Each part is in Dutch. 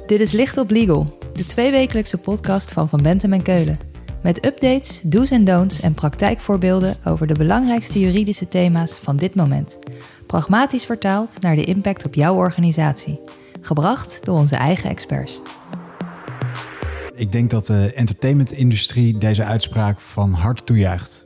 Dit is Licht op Legal, de tweewekelijkse podcast van Van Bentem en Keulen. Met updates, do's en don'ts en praktijkvoorbeelden over de belangrijkste juridische thema's van dit moment. Pragmatisch vertaald naar de impact op jouw organisatie. Gebracht door onze eigen experts. Ik denk dat de entertainmentindustrie deze uitspraak van harte toejuicht.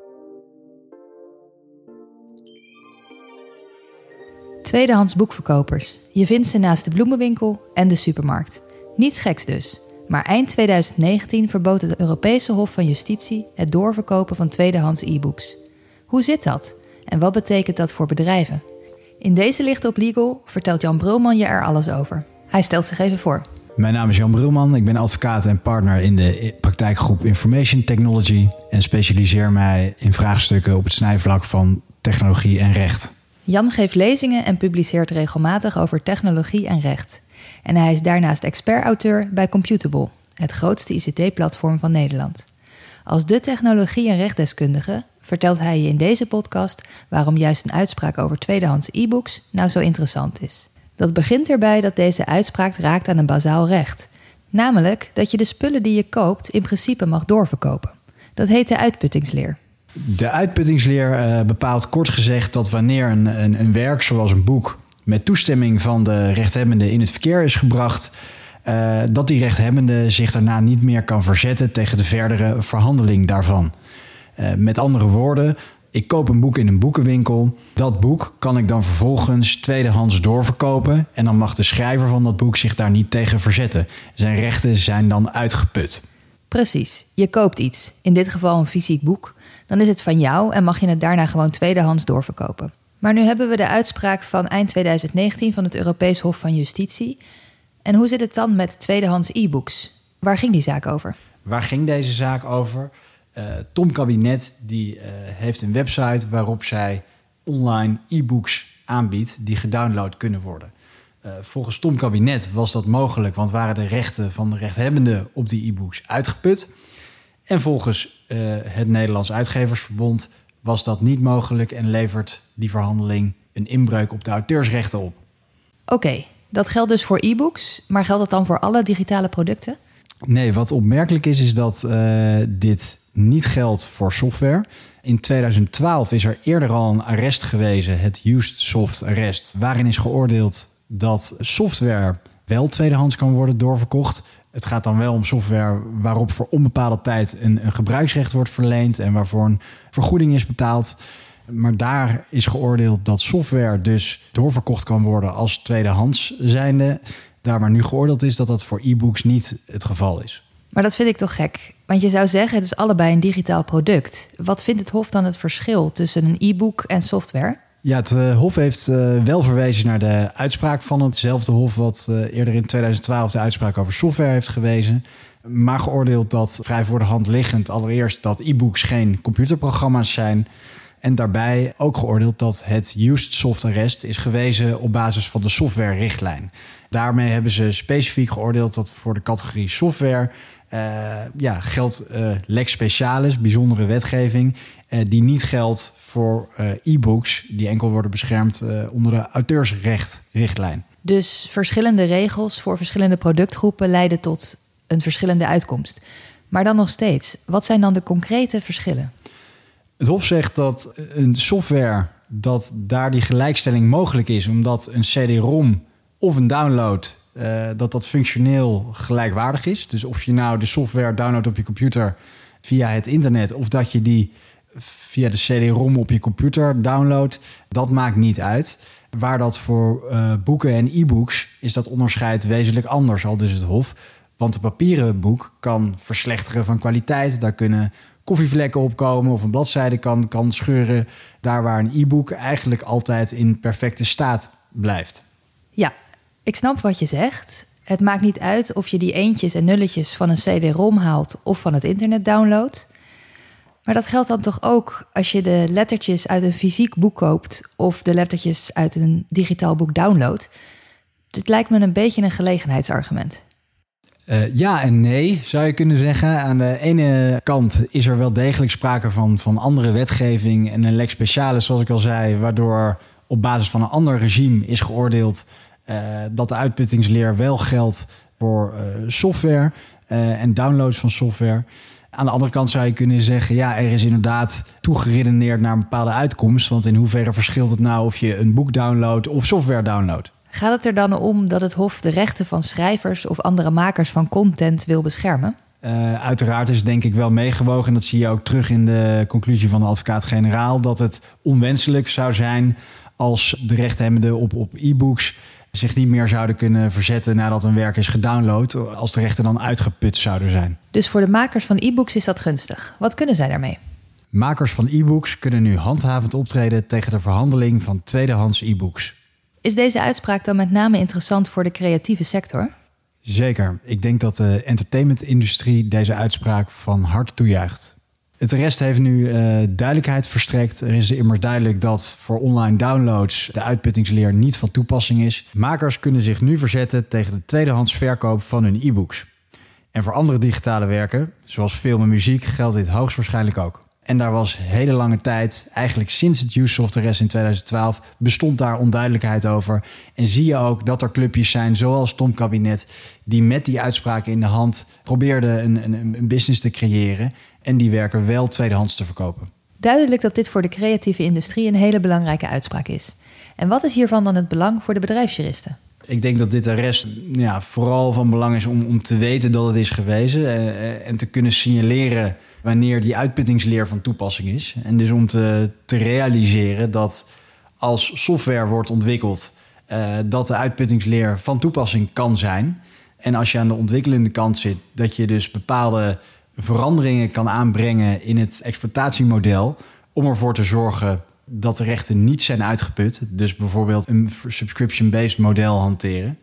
Tweedehands boekverkopers. Je vindt ze naast de bloemenwinkel en de supermarkt. Niets geks dus. Maar eind 2019 verbood het Europese Hof van Justitie het doorverkopen van tweedehands e-books. Hoe zit dat? En wat betekent dat voor bedrijven? In deze Licht op Legal vertelt Jan Brulman je er alles over. Hij stelt zich even voor. Mijn naam is Jan Brulman. Ik ben advocaat en partner in de praktijkgroep Information Technology en specialiseer mij in vraagstukken op het snijvlak van technologie en recht. Jan geeft lezingen en publiceert regelmatig over technologie en recht. En hij is daarnaast expert-auteur bij Computable, het grootste ICT-platform van Nederland. Als de technologie- en rechtdeskundige vertelt hij je in deze podcast waarom juist een uitspraak over tweedehands e-books nou zo interessant is. Dat begint erbij dat deze uitspraak raakt aan een bazaal recht. Namelijk dat je de spullen die je koopt in principe mag doorverkopen. Dat heet de uitputtingsleer. De uitputtingsleer bepaalt kort gezegd dat wanneer een werk zoals een boek met toestemming van de rechthebbende in het verkeer is gebracht, dat die rechthebbende zich daarna niet meer kan verzetten tegen de verdere verhandeling daarvan. Met andere woorden, ik koop een boek in een boekenwinkel. Dat boek kan ik dan vervolgens tweedehands doorverkopen en dan mag de schrijver van dat boek zich daar niet tegen verzetten. Zijn rechten zijn dan uitgeput. Precies, je koopt iets, in dit geval een fysiek boek. Dan is het van jou en mag je het daarna gewoon tweedehands doorverkopen. Maar nu hebben we de uitspraak van eind 2019 van het Europees Hof van Justitie. En hoe zit het dan met tweedehands e-books? Waar ging die zaak over? Waar ging deze zaak over? Tom Kabinet die heeft een website waarop zij online e-books aanbiedt die gedownload kunnen worden. Volgens Tom Kabinet was dat mogelijk, want waren de rechten van de rechthebbenden op die e-books uitgeput. En volgens het Nederlands Uitgeversverbond was dat niet mogelijk en levert die verhandeling een inbreuk op de auteursrechten op. Oké, dat geldt dus voor e-books, maar geldt dat dan voor alle digitale producten? Nee, wat opmerkelijk is dat dit niet geldt voor software. In 2012 is er eerder al een arrest gewezen, het Used Soft Arrest, waarin is geoordeeld dat software wel tweedehands kan worden doorverkocht. Het gaat dan wel om software waarop voor onbepaalde tijd een gebruiksrecht wordt verleend en waarvoor een vergoeding is betaald. Maar daar is geoordeeld dat software dus doorverkocht kan worden als tweedehands zijnde. Daar maar nu geoordeeld is dat dat voor e-books niet het geval is. Maar dat vind ik toch gek. Want je zou zeggen, het is allebei een digitaal product. Wat vindt het Hof dan het verschil tussen een e-book en software? Ja, het Hof heeft wel verwezen naar de uitspraak van hetzelfde Hof wat eerder in 2012 de uitspraak over software heeft gewezen. Maar geoordeeld dat vrij voor de hand liggend allereerst dat e-books geen computerprogramma's zijn. En daarbij ook geoordeeld dat het Used Soft Arrest is gewezen op basis van de softwarerichtlijn. Daarmee hebben ze specifiek geoordeeld dat voor de categorie software geldt lex specialis, bijzondere wetgeving, die niet geldt voor e-books die enkel worden beschermd onder de auteursrechtrichtlijn. Dus verschillende regels voor verschillende productgroepen leiden tot een verschillende uitkomst. Maar dan nog steeds, wat zijn dan de concrete verschillen? Het Hof zegt dat een software, dat daar die gelijkstelling mogelijk is, omdat een CD-ROM of een download, dat functioneel gelijkwaardig is. Dus of je nou de software downloadt op je computer via het internet of dat je die via de CD-ROM op je computer downloadt, dat maakt niet uit. Waar dat voor boeken en e-books is dat onderscheid wezenlijk anders, al dus het Hof. Want een papieren boek kan verslechteren van kwaliteit. Daar kunnen koffievlekken opkomen of een bladzijde kan scheuren. Daar waar een e-book eigenlijk altijd in perfecte staat blijft. Ja, ik snap wat je zegt. Het maakt niet uit of je die eentjes en nulletjes van een CD-ROM haalt of van het internet downloadt. Maar dat geldt dan toch ook als je de lettertjes uit een fysiek boek koopt of de lettertjes uit een digitaal boek downloadt. Dit lijkt me een beetje een gelegenheidsargument. Ja en nee, zou je kunnen zeggen. Aan de ene kant is er wel degelijk sprake van andere wetgeving en een lex specialis, zoals ik al zei, waardoor op basis van een ander regime is geoordeeld dat de uitputtingsleer wel geldt voor software en downloads van software. Aan de andere kant zou je kunnen zeggen, ja, er is inderdaad toegeredeneerd naar een bepaalde uitkomst. Want in hoeverre verschilt het nou of je een boek downloadt of software downloadt? Gaat het er dan om dat het Hof de rechten van schrijvers of andere makers van content wil beschermen? Uiteraard is het denk ik wel meegewogen. En dat zie je ook terug in de conclusie van de advocaat-generaal. Dat het onwenselijk zou zijn als de rechthebbenden op e-books zich niet meer zouden kunnen verzetten nadat een werk is gedownload, als de rechten dan uitgeput zouden zijn. Dus voor de makers van e-books is dat gunstig. Wat kunnen zij daarmee? Makers van e-books kunnen nu handhavend optreden tegen de verhandeling van tweedehands e-books. Is deze uitspraak dan met name interessant voor de creatieve sector? Zeker. Ik denk dat de entertainmentindustrie deze uitspraak van harte toejuicht. Het rest heeft nu duidelijkheid verstrekt. Er is immers duidelijk dat voor online downloads de uitputtingsleer niet van toepassing is. Makers kunnen zich nu verzetten tegen de tweedehands verkoop van hun e-books. En voor andere digitale werken, zoals film en muziek, geldt dit hoogstwaarschijnlijk ook. En daar was hele lange tijd, eigenlijk sinds het Usesoft-arrest in 2012, bestond daar onduidelijkheid over. En zie je ook dat er clubjes zijn, zoals Tom Kabinet, die met die uitspraken in de hand probeerden een business te creëren en die werken wel tweedehands te verkopen. Duidelijk dat dit voor de creatieve industrie een hele belangrijke uitspraak is. En wat is hiervan dan het belang voor de bedrijfsjuristen? Ik denk dat dit arrest vooral van belang is om te weten dat het is gewezen en te kunnen signaleren wanneer die uitputtingsleer van toepassing is. En dus om te realiseren dat als software wordt ontwikkeld, dat de uitputtingsleer van toepassing kan zijn. En als je aan de ontwikkelende kant zit, dat je dus bepaalde veranderingen kan aanbrengen in het exploitatiemodel om ervoor te zorgen dat de rechten niet zijn uitgeput. Dus bijvoorbeeld een subscription-based model hanteren.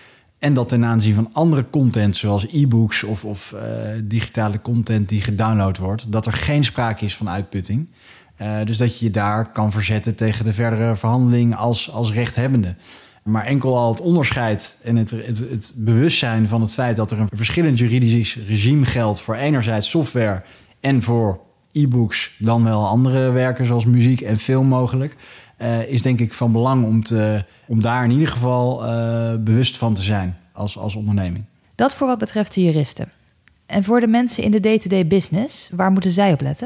En dat ten aanzien van andere content, zoals e-books of digitale content die gedownload wordt, dat er geen sprake is van uitputting. Dus dat je je daar kan verzetten tegen de verdere verhandeling als rechthebbende. Maar enkel al het onderscheid en het bewustzijn van het feit dat er een verschillend juridisch regime geldt voor enerzijds software en voor e-books, dan wel andere werken zoals muziek en film mogelijk, is denk ik van belang om daar in ieder geval bewust van te zijn als onderneming. Dat voor wat betreft de juristen. En voor de mensen in de day-to-day business, waar moeten zij op letten?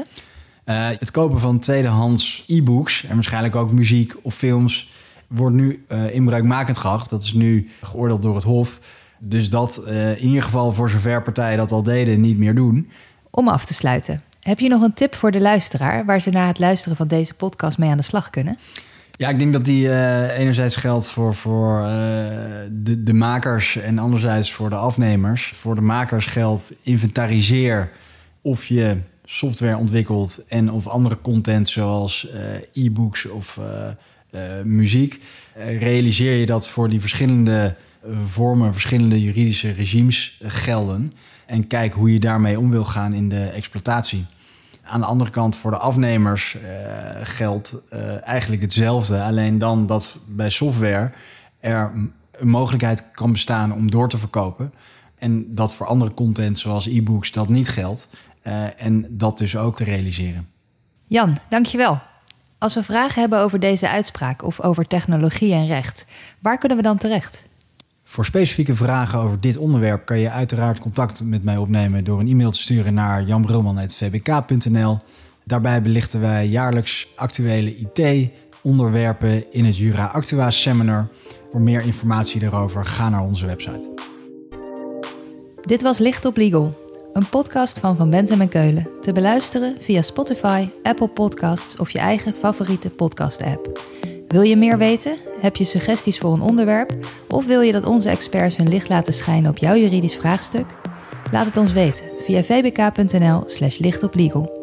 Het kopen van tweedehands e-books en waarschijnlijk ook muziek of films wordt nu inbruikmakend geacht. Dat is nu geoordeeld door het Hof. Dus dat in ieder geval voor zover partijen dat al deden niet meer doen. Om af te sluiten, heb je nog een tip voor de luisteraar waar ze na het luisteren van deze podcast mee aan de slag kunnen? Ja, ik denk dat die enerzijds geldt voor de makers en anderzijds voor de afnemers. Voor de makers geldt inventariseer of je software ontwikkelt en of andere content zoals e-books of muziek. Realiseer je dat voor die verschillende vormen, verschillende juridische regimes gelden. En kijk hoe je daarmee om wil gaan in de exploitatie. Aan de andere kant voor de afnemers geldt eigenlijk hetzelfde. Alleen dan dat bij software er een mogelijkheid kan bestaan om door te verkopen. En dat voor andere content zoals e-books dat niet geldt. En dat dus ook te realiseren. Jan, dankjewel. Als we vragen hebben over deze uitspraak of over technologie en recht, waar kunnen we dan terecht? Voor specifieke vragen over dit onderwerp kan je uiteraard contact met mij opnemen door een e-mail te sturen naar janbrulman@vbk.nl. Daarbij belichten wij jaarlijks actuele IT-onderwerpen in het Jura Actua Seminar. Voor meer informatie daarover ga naar onze website. Dit was Licht op Legal, een podcast van Bentem en Keulen. Te beluisteren via Spotify, Apple Podcasts of je eigen favoriete podcast-app. Wil je meer weten? Heb je suggesties voor een onderwerp? Of wil je dat onze experts hun licht laten schijnen op jouw juridisch vraagstuk? Laat het ons weten via vbk.nl/lichtoplegal.